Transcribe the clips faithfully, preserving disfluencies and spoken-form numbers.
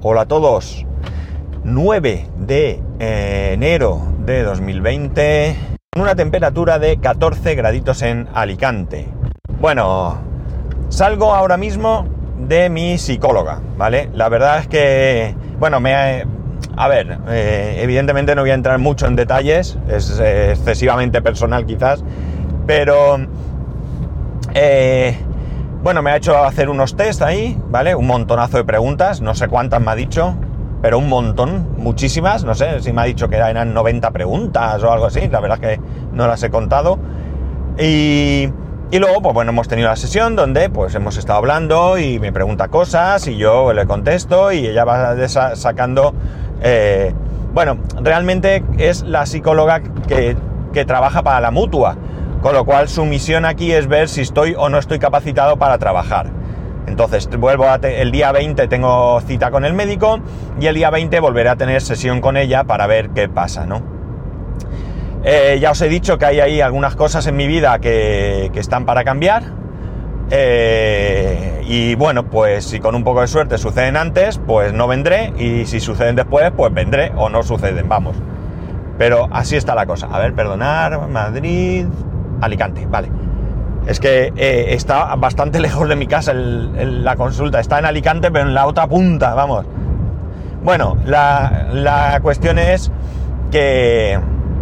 Hola a todos. nueve de enero de dos mil veinte, con una temperatura de catorce graditos en Alicante. Bueno, salgo ahora mismo de mi psicóloga, ¿vale? La verdad es que, bueno, me... A ver, eh, evidentemente no voy a entrar mucho en detalles, es eh, excesivamente personal quizás, pero... Eh, bueno, me ha hecho hacer unos test ahí, ¿vale? Un montonazo de preguntas, no sé cuántas me ha dicho, pero un montón, muchísimas, no sé si me ha dicho que eran noventa preguntas o algo así, la verdad es que no las he contado. Y, y luego, pues bueno, hemos tenido la sesión donde pues hemos estado hablando y me pregunta cosas y yo le contesto y ella va desa- sacando... Eh, bueno, realmente es la psicóloga que, que trabaja para la Mutua, con lo cual su misión aquí es ver si estoy o no estoy capacitado para trabajar. Entonces vuelvo a te- el día veinte tengo cita con el médico y el día veinte volveré a tener sesión con ella para ver qué pasa, ¿no? Eh, ya os he dicho que hay ahí algunas cosas en mi vida que, que están para cambiar. Eh, y bueno, pues si con un poco de suerte suceden antes, pues no vendré, y si suceden después, pues vendré o no suceden, vamos. Pero así está la cosa. A ver, perdonar, Madrid... Alicante, vale. Es que eh, está bastante lejos de mi casa el, el, la consulta. Está en Alicante, pero en la otra punta, vamos. Bueno, la, la cuestión es que...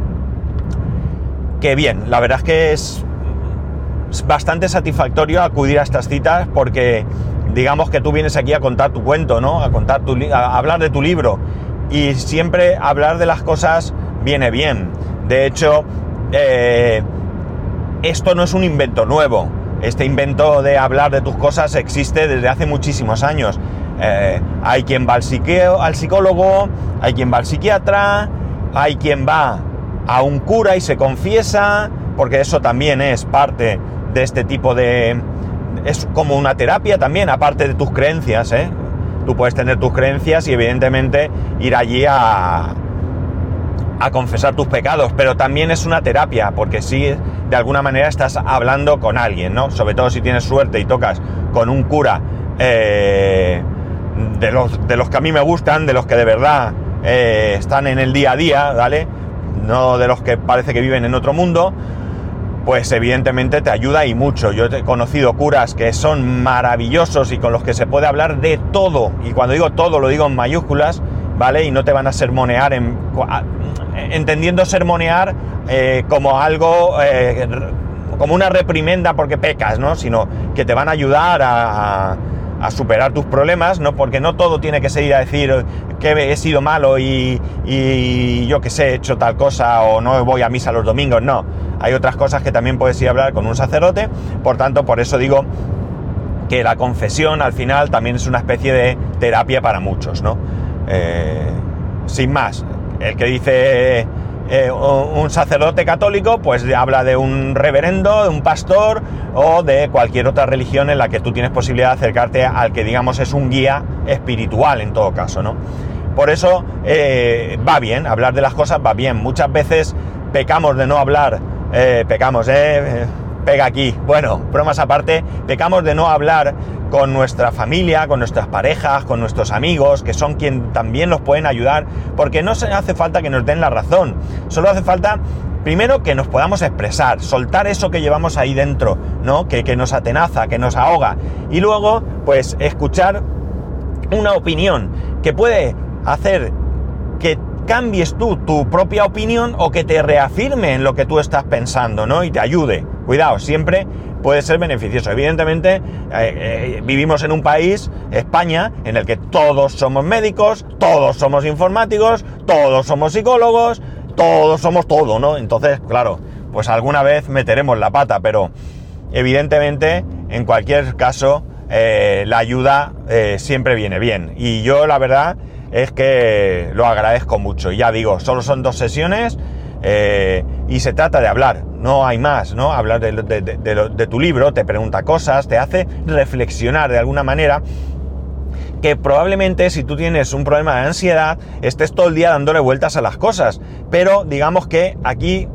Que bien, la verdad es que es, es bastante satisfactorio acudir a estas citas porque digamos que tú vienes aquí a contar tu cuento, ¿no? A contar tu, a hablar de tu libro. Y siempre hablar de las cosas viene bien. De hecho... Eh, Esto no es un invento nuevo. Este invento de hablar de tus cosas existe desde hace muchísimos años. Eh, hay quien va al, psiqueo, al psicólogo, hay quien va al psiquiatra, hay quien va a un cura y se confiesa, porque eso también es parte de este tipo de... Es como una terapia también, aparte de tus creencias, ¿eh? Tú puedes tener tus creencias y evidentemente ir allí a... a confesar tus pecados, pero también es una terapia, porque sí, de alguna manera estás hablando con alguien, ¿no? Sobre todo si tienes suerte y tocas con un cura eh, de, los, de los que a mí me gustan, de los que de verdad eh, están en el día a día, ¿vale? No de los que parece que viven en otro mundo, pues evidentemente te ayuda y mucho. Yo he conocido curas que son maravillosos y con los que se puede hablar de todo, y cuando digo todo lo digo en mayúsculas, ¿vale? Y no te van a sermonear, en, entendiendo sermonear eh, como algo, eh, como una reprimenda porque pecas, ¿no? Sino que te van a ayudar a, a, a superar tus problemas, ¿no? Porque no todo tiene que ser ir a decir que he sido malo y, y yo que sé, he hecho tal cosa o no voy a misa los domingos, no. Hay otras cosas que también puedes ir a hablar con un sacerdote, por tanto, por eso digo que la confesión al final también es una especie de terapia para muchos, ¿no? Eh, sin más, el que dice eh, un sacerdote católico, pues habla de un reverendo, de un pastor o de cualquier otra religión en la que tú tienes posibilidad de acercarte al que digamos es un guía espiritual en todo caso, ¿no? Por eso eh, va bien, hablar de las cosas va bien. Muchas veces pecamos de no hablar, eh, pecamos, eh, pega aquí, bueno, bromas aparte, pecamos de no hablar con nuestra familia, con nuestras parejas, con nuestros amigos, que son quien también nos pueden ayudar, porque no se hace falta que nos den la razón, solo hace falta, primero, que nos podamos expresar, soltar eso que llevamos ahí dentro, ¿no? Que, que nos atenaza, que nos ahoga, y luego, pues, escuchar una opinión que puede hacer que cambies tú tu propia opinión o que te reafirme en lo que tú estás pensando, ¿no? Y te ayude. Cuidado, siempre puede ser beneficioso. Evidentemente, eh, eh, vivimos en un país, España, en el que todos somos médicos, todos somos informáticos, todos somos psicólogos, todos somos todo, ¿no? Entonces, claro, pues alguna vez meteremos la pata, pero evidentemente, en cualquier caso, eh, la ayuda eh, siempre viene bien. Y yo, la verdad, es que lo agradezco mucho. Ya digo, solo son dos sesiones eh, y se trata de hablar, no hay más, ¿no? Hablar de, de, de, de, de tu libro, te pregunta cosas, te hace reflexionar de alguna manera, que probablemente si tú tienes un problema de ansiedad estés todo el día dándole vueltas a las cosas, pero digamos que aquí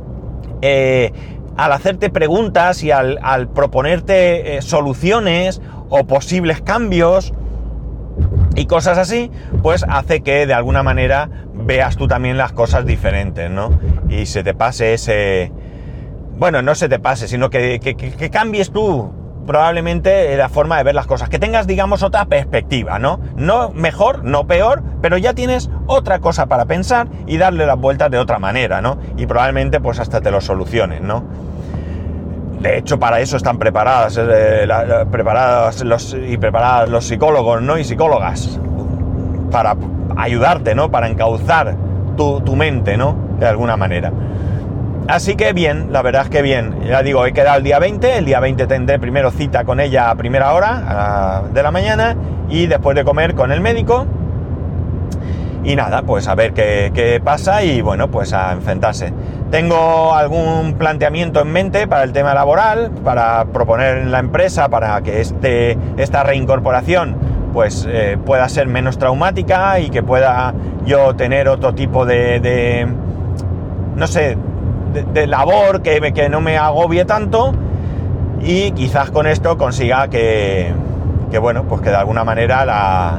eh, al hacerte preguntas y al, al proponerte eh, soluciones o posibles cambios, y cosas así, pues hace que de alguna manera veas tú también las cosas diferentes, ¿no? Y se te pase ese... Bueno, no se te pase, sino que, que, que cambies tú probablemente la forma de ver las cosas, que tengas, digamos, otra perspectiva, ¿no? No mejor, no peor, pero ya tienes otra cosa para pensar y darle las vueltas de otra manera, ¿no? Y probablemente pues hasta te lo solucionen, ¿no? De hecho, para eso están preparadas, eh, la, la, preparadas los, y preparadas los psicólogos, ¿no? Y psicólogas, para ayudarte, ¿no? Para encauzar tu, tu mente, ¿no? De alguna manera. Así que bien, la verdad es que bien. Ya digo, he quedado el día veinte, el día veinte tendré primero cita con ella a primera hora a, de la mañana y después de comer con el médico. Y nada, pues a ver qué, qué pasa y bueno, pues a enfrentarse. Tengo algún planteamiento en mente para el tema laboral, para proponer en la empresa, para que este, esta reincorporación pues eh, pueda ser menos traumática y que pueda yo tener otro tipo de, de no sé, de, de labor que, que no me agobie tanto y quizás con esto consiga que, que bueno, pues que de alguna manera la...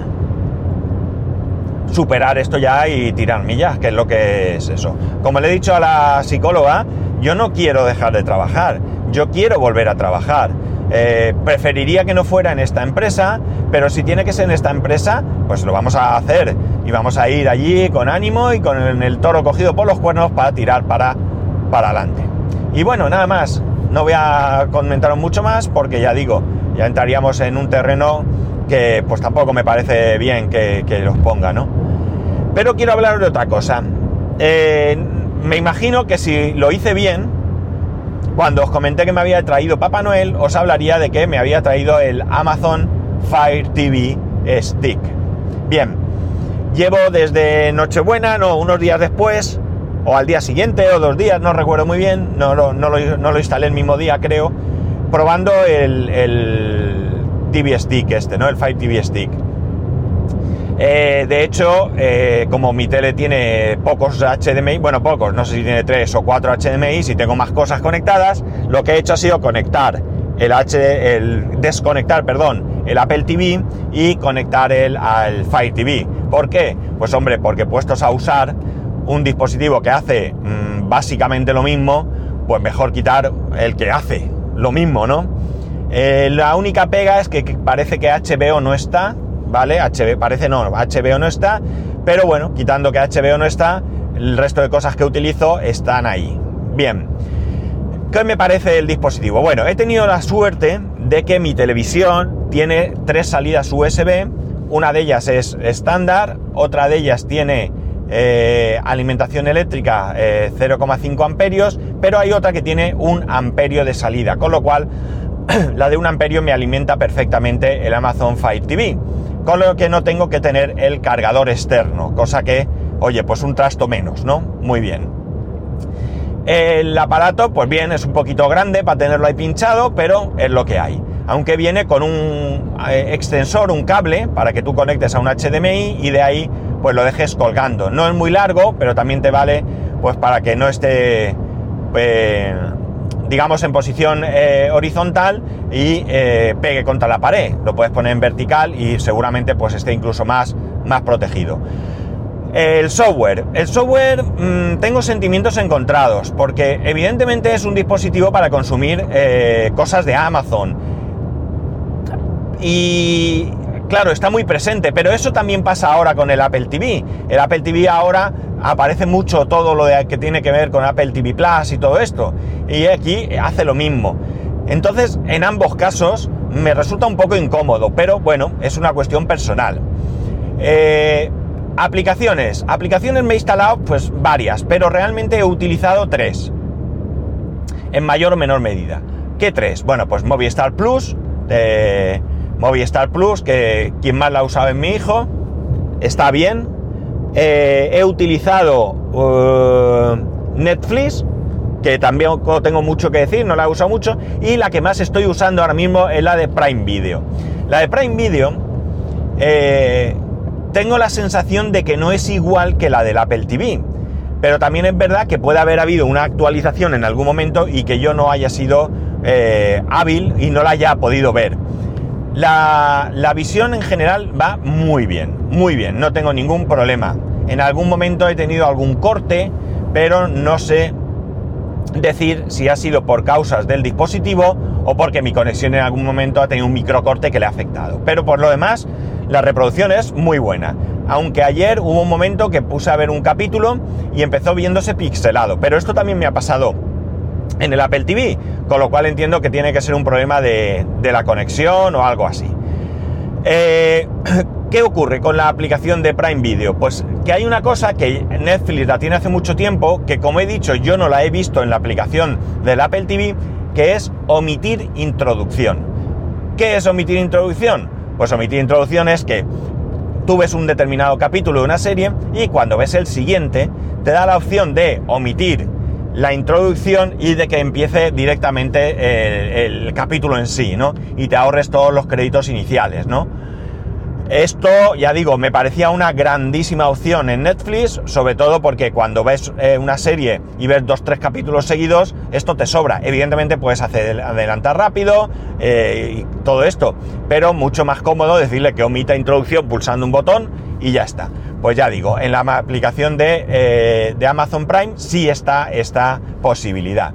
superar esto ya y tirar millas, que es lo que es eso. Como le he dicho a la psicóloga, yo no quiero dejar de trabajar, yo quiero volver a trabajar. Eh, preferiría que no fuera en esta empresa, pero si tiene que ser en esta empresa, pues lo vamos a hacer y vamos a ir allí con ánimo y con el toro cogido por los cuernos para tirar para, para adelante. Y bueno, nada más, no voy a comentaros mucho más porque ya digo, ya entraríamos en un terreno que pues tampoco me parece bien que, que los ponga, ¿no? Pero quiero hablar de otra cosa. Eh, me imagino que si lo hice bien, cuando os comenté que me había traído Papá Noel, os hablaría de que me había traído el Amazon Fire T V Stick. Bien, llevo desde Nochebuena, no, unos días después, o al día siguiente, o dos días, no recuerdo muy bien, no, no, no, lo, no lo instalé el mismo día, creo, probando el... el T V Stick este, ¿no? El Fire T V Stick. Eh, de hecho, eh, como mi tele tiene pocos H D M I, bueno, pocos, no sé si tiene tres o cuatro H D M I, si tengo más cosas conectadas, lo que he hecho ha sido conectar el H, el desconectar, perdón, el Apple T V y conectar el al Fire T V. ¿Por qué? Pues hombre, porque puestos a usar un dispositivo que hace mmm, básicamente lo mismo, pues mejor quitar el que hace lo mismo, ¿no? Eh, la única pega es que, que parece que H B O no está, ¿vale? H B O, parece no, H B O no está, pero bueno, quitando que H B O no está, el resto de cosas que utilizo están ahí. Bien, ¿qué me parece el dispositivo? Bueno, he tenido la suerte de que mi televisión tiene tres salidas U S B, una de ellas es estándar, otra de ellas tiene eh, alimentación eléctrica eh, cero coma cinco amperios, pero hay otra que tiene un amperio de salida, con lo cual la de un amperio me alimenta perfectamente el Amazon Fire T V, con lo que no tengo que tener el cargador externo, cosa que, oye, pues un trasto menos, ¿no? Muy bien. El aparato, pues bien, es un poquito grande para tenerlo ahí pinchado, pero es lo que hay. Aunque viene con un eh, extensor, un cable, para que tú conectes a un H D M I y de ahí, pues lo dejes colgando. No es muy largo, pero también te vale, pues para que no esté... Eh, digamos en posición eh, horizontal y eh, pegue contra la pared. Lo puedes poner en vertical y seguramente pues esté incluso más, más protegido. El software. El software mmm, tengo sentimientos encontrados porque evidentemente es un dispositivo para consumir eh, cosas de Amazon. Y claro, está muy presente, pero eso también pasa ahora con el Apple T V. El Apple T V ahora aparece mucho todo lo de, que tiene que ver con Apple T V Plus y todo esto. Y aquí hace lo mismo. Entonces, en ambos casos, me resulta un poco incómodo, pero bueno, es una cuestión personal. Eh, aplicaciones. Aplicaciones me he instalado, pues varias, pero realmente he utilizado tres. En mayor o menor medida. ¿Qué tres? Bueno, pues Movistar Plus, eh, Movistar Plus, que quien más la ha usado es mi hijo, está bien. Eh, he utilizado uh, Netflix, que también tengo mucho que decir, no la he usado mucho, y la que más estoy usando ahora mismo es la de Prime Video. La de Prime Video, eh, tengo la sensación de que no es igual que la del Apple T V, pero también es verdad que puede haber habido una actualización en algún momento y que yo no haya sido eh, hábil y no la haya podido ver. La, la visión en general va muy bien, muy bien, no tengo ningún problema. En algún momento he tenido algún corte, pero no sé decir si ha sido por causas del dispositivo o porque mi conexión en algún momento ha tenido un microcorte que le ha afectado. Pero por lo demás, la reproducción es muy buena. Aunque ayer hubo un momento que puse a ver un capítulo y empezó viéndose pixelado. Pero esto también me ha pasado en el Apple T V, con lo cual entiendo que tiene que ser un problema de, de la conexión o algo así. Eh, ¿Qué ocurre con la aplicación de Prime Video? Pues que hay una cosa que Netflix la tiene hace mucho tiempo, que como he dicho yo no la he visto en la aplicación del Apple T V, que es omitir introducción. ¿Qué es omitir introducción? Pues omitir introducción es que tú ves un determinado capítulo de una serie y cuando ves el siguiente te da la opción de omitir la introducción y de que empiece directamente el, el capítulo en sí, ¿no? Y te ahorres todos los créditos iniciales, ¿no? Esto, ya digo, me parecía una grandísima opción en Netflix, sobre todo porque cuando ves eh, una serie y ves dos, tres capítulos seguidos, esto te sobra. Evidentemente puedes hacer, adelantar rápido eh, y todo esto, pero mucho más cómodo decirle que omita introducción pulsando un botón y ya está. Pues ya digo, en la aplicación de, eh, de Amazon Prime sí está esta posibilidad.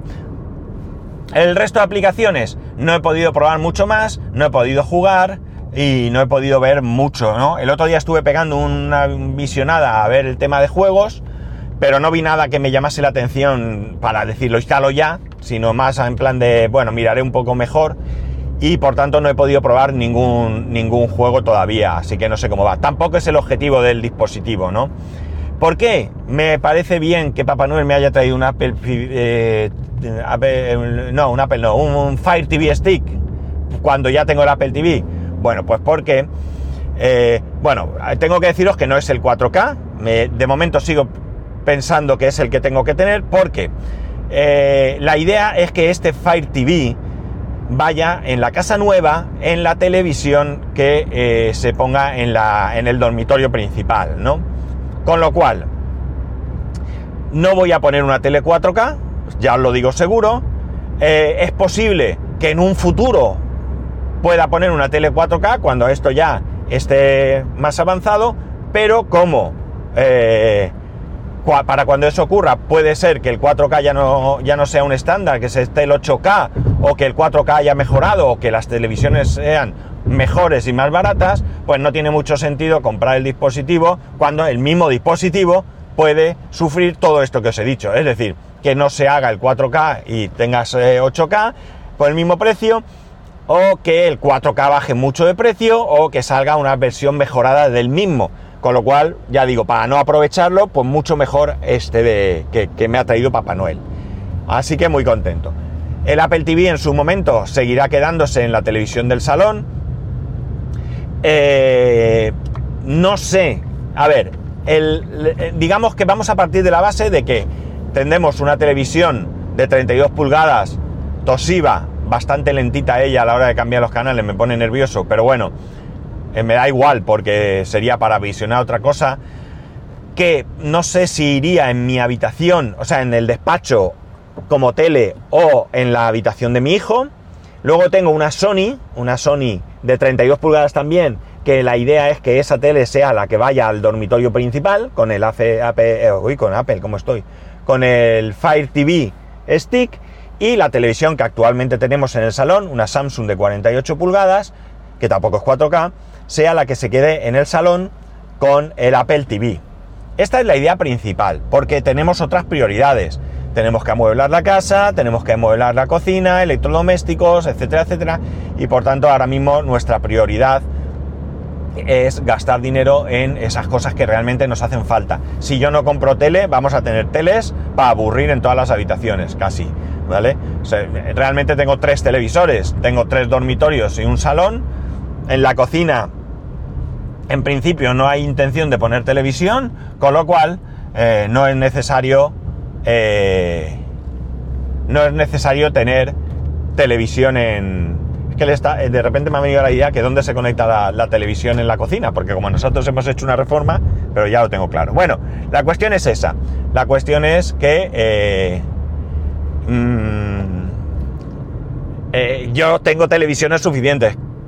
El resto de aplicaciones no he podido probar mucho más, no he podido jugar y no he podido ver mucho, ¿no? El otro día estuve pegando una visionada a ver el tema de juegos, pero no vi nada que me llamase la atención para decirlo instalo ya, sino más en plan de, bueno, miraré un poco mejor y por tanto no he podido probar ningún, ningún juego todavía, así que no sé cómo va. Tampoco es el objetivo del dispositivo, ¿no? ¿Por qué? Me parece bien que Papá Noel me haya traído un Apple, eh, Apple no, un Apple no, un, un Fire T V Stick cuando ya tengo el Apple T V. Bueno, pues porque, eh, bueno, tengo que deciros que no es el cuatro K, me, de momento sigo pensando que es el que tengo que tener, porque eh, la idea es que este Fire T V vaya en la casa nueva, en la televisión que eh, se ponga en, la, en el dormitorio principal, ¿no? Con lo cual, no voy a poner una tele cuatro K, ya os lo digo seguro, eh, es posible que en un futuro pueda poner una tele cuatro K cuando esto ya esté más avanzado, pero como eh, cua, para cuando eso ocurra puede ser que el cuatro K ya no, ya no sea un estándar, que se esté el ocho K o que el cuatro K haya mejorado o que las televisiones sean mejores y más baratas, pues no tiene mucho sentido comprar el dispositivo cuando el mismo dispositivo puede sufrir todo esto que os he dicho, es decir, que no se haga el cuatro K y tengas eh, ocho K por el mismo precio, o que el cuatro K baje mucho de precio, o que salga una versión mejorada del mismo. Con lo cual, ya digo, para no aprovecharlo, pues mucho mejor este de, que, que me ha traído Papá Noel. Así que muy contento. El Apple T V en su momento seguirá quedándose en la televisión del salón. Eh, no sé, a ver, el, digamos que vamos a partir de la base de que tendremos una televisión de treinta y dos pulgadas Toshiba, bastante lentita ella a la hora de cambiar los canales, me pone nervioso, pero bueno, eh, me da igual porque sería para visionar otra cosa, que no sé si iría en mi habitación, o sea, en el despacho como tele o en la habitación de mi hijo. Luego tengo una Sony, una Sony de treinta y dos pulgadas también, que la idea es que esa tele sea la que vaya al dormitorio principal, con el Apple, Apple eh, uy, con Apple, ¿cómo estoy? Con el Fire T V Stick. Y la televisión que actualmente tenemos en el salón, una Samsung de cuarenta y ocho pulgadas, que tampoco es cuatro K, sea la que se quede en el salón con el Apple T V. Esta es la idea principal, porque tenemos otras prioridades. Tenemos que amueblar la casa, tenemos que amueblar la cocina, electrodomésticos, etcétera, etcétera. Y por tanto, ahora mismo nuestra prioridad es gastar dinero en esas cosas que realmente nos hacen falta. Si yo no compro tele, vamos a tener teles para aburrir en todas las habitaciones, casi, ¿vale? O sea, realmente tengo tres televisores, tengo tres dormitorios y un salón. En la cocina, en principio, no hay intención de poner televisión, con lo cual eh, no es necesario eh, no es necesario tener televisión en... Es que le está, de repente me ha venido la idea que dónde se conecta la, la televisión en la cocina, porque como nosotros hemos hecho una reforma, pero ya lo tengo claro. Bueno, la cuestión es esa. La cuestión es que eh, mmm, eh, yo tengo televisiones suficientes.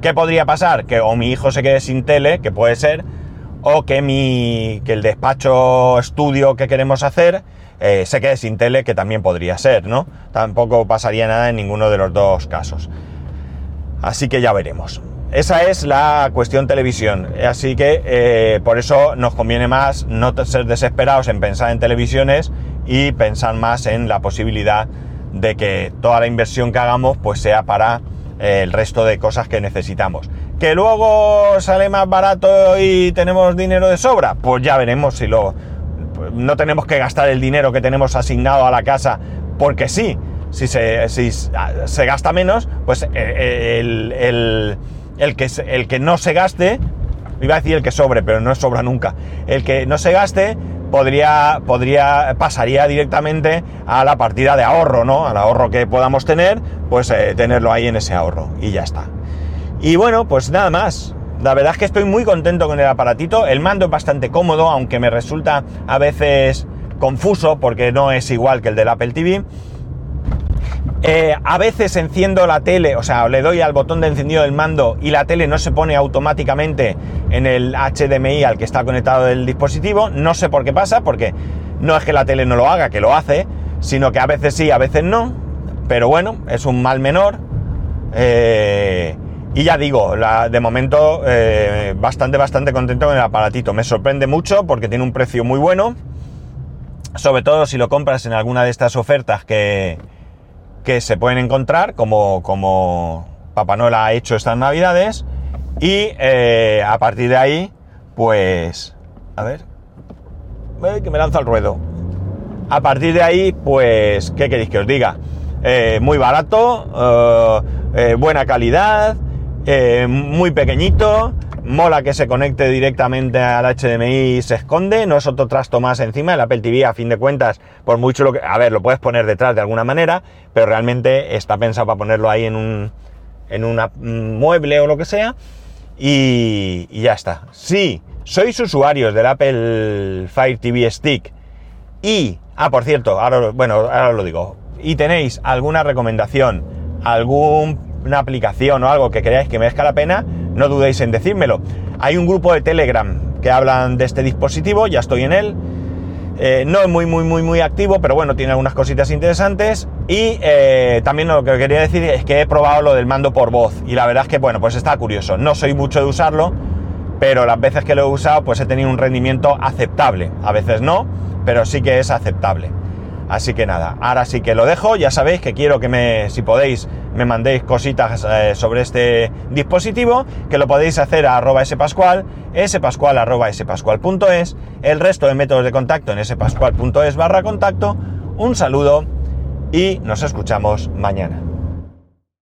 ¿Qué podría pasar? Que o mi hijo se quede sin tele, que puede ser, o que, mi, que el despacho estudio que queremos hacer eh, se quede sin tele, que también podría ser, ¿no? Tampoco pasaría nada en ninguno de los dos casos. Así que ya veremos. Esa es la cuestión televisión. Así que eh, por eso nos conviene más no ser desesperados en pensar en televisiones y pensar más en la posibilidad de que toda la inversión que hagamos pues sea para eh, el resto de cosas que necesitamos. ¿Que luego sale más barato y tenemos dinero de sobra? Pues ya veremos si lo... No tenemos que gastar el dinero que tenemos asignado a la casa porque sí. Si se, si se gasta menos, pues el, el, el, que, el que no se gaste, iba a decir el que sobre, pero no sobra nunca, el que no se gaste podría, podría pasaría directamente a la partida de ahorro, ¿no? Al ahorro que podamos tener, pues eh, tenerlo ahí en ese ahorro y ya está. Y bueno, pues nada más. La verdad es que estoy muy contento con el aparatito. El mando es bastante cómodo, aunque me resulta a veces confuso porque no es igual que el del Apple T V. Eh, a veces enciendo la tele, o sea, le doy al botón de encendido del mando y la tele no se pone automáticamente en el H D M I al que está conectado el dispositivo. No sé por qué pasa, porque no es que la tele no lo haga, que lo hace, sino que a veces sí, a veces no. Pero bueno, es un mal menor. Eh, y ya digo, la, de momento eh, bastante, bastante contento con el aparatito. Me sorprende mucho porque tiene un precio muy bueno. Sobre todo si lo compras en alguna de estas ofertas que... que se pueden encontrar, como, como Papá Noel ha hecho estas navidades, y eh, a partir de ahí, pues, a ver, eh, que me lanza al ruedo, a partir de ahí, pues, ¿qué queréis que os diga? Eh, muy barato, eh, eh, buena calidad, eh, muy pequeñito, mola que se conecte directamente al H D M I y se esconde, no es otro trasto más encima. El Apple T V, a fin de cuentas, por mucho lo que... A ver, lo puedes poner detrás de alguna manera, pero realmente está pensado para ponerlo ahí en un, en una, un mueble o lo que sea, y, y ya está. Si sois usuarios del Apple Fire T V Stick y... Ah, por cierto, ahora, bueno, ahora lo digo. Y tenéis alguna recomendación, alguna aplicación o algo que creáis que merezca la pena, no dudéis en decírmelo. Hay un grupo de Telegram que hablan de este dispositivo, ya estoy en él. Eh, no es muy, muy, muy, muy activo, pero bueno, tiene algunas cositas interesantes. Y eh, también lo que quería decir es que he probado lo del mando por voz. Y la verdad es que, bueno, pues está curioso. No soy mucho de usarlo, pero las veces que lo he usado, pues he tenido un rendimiento aceptable. A veces no, pero sí que es aceptable. Así que nada, ahora sí que lo dejo. Ya sabéis que quiero que me, si podéis, me mandéis cositas eh, sobre este dispositivo, que lo podéis hacer a arroba spascual, spascual arroba spascual punto es, el resto de métodos de contacto en spascual punto es barra contacto. Un saludo y nos escuchamos mañana.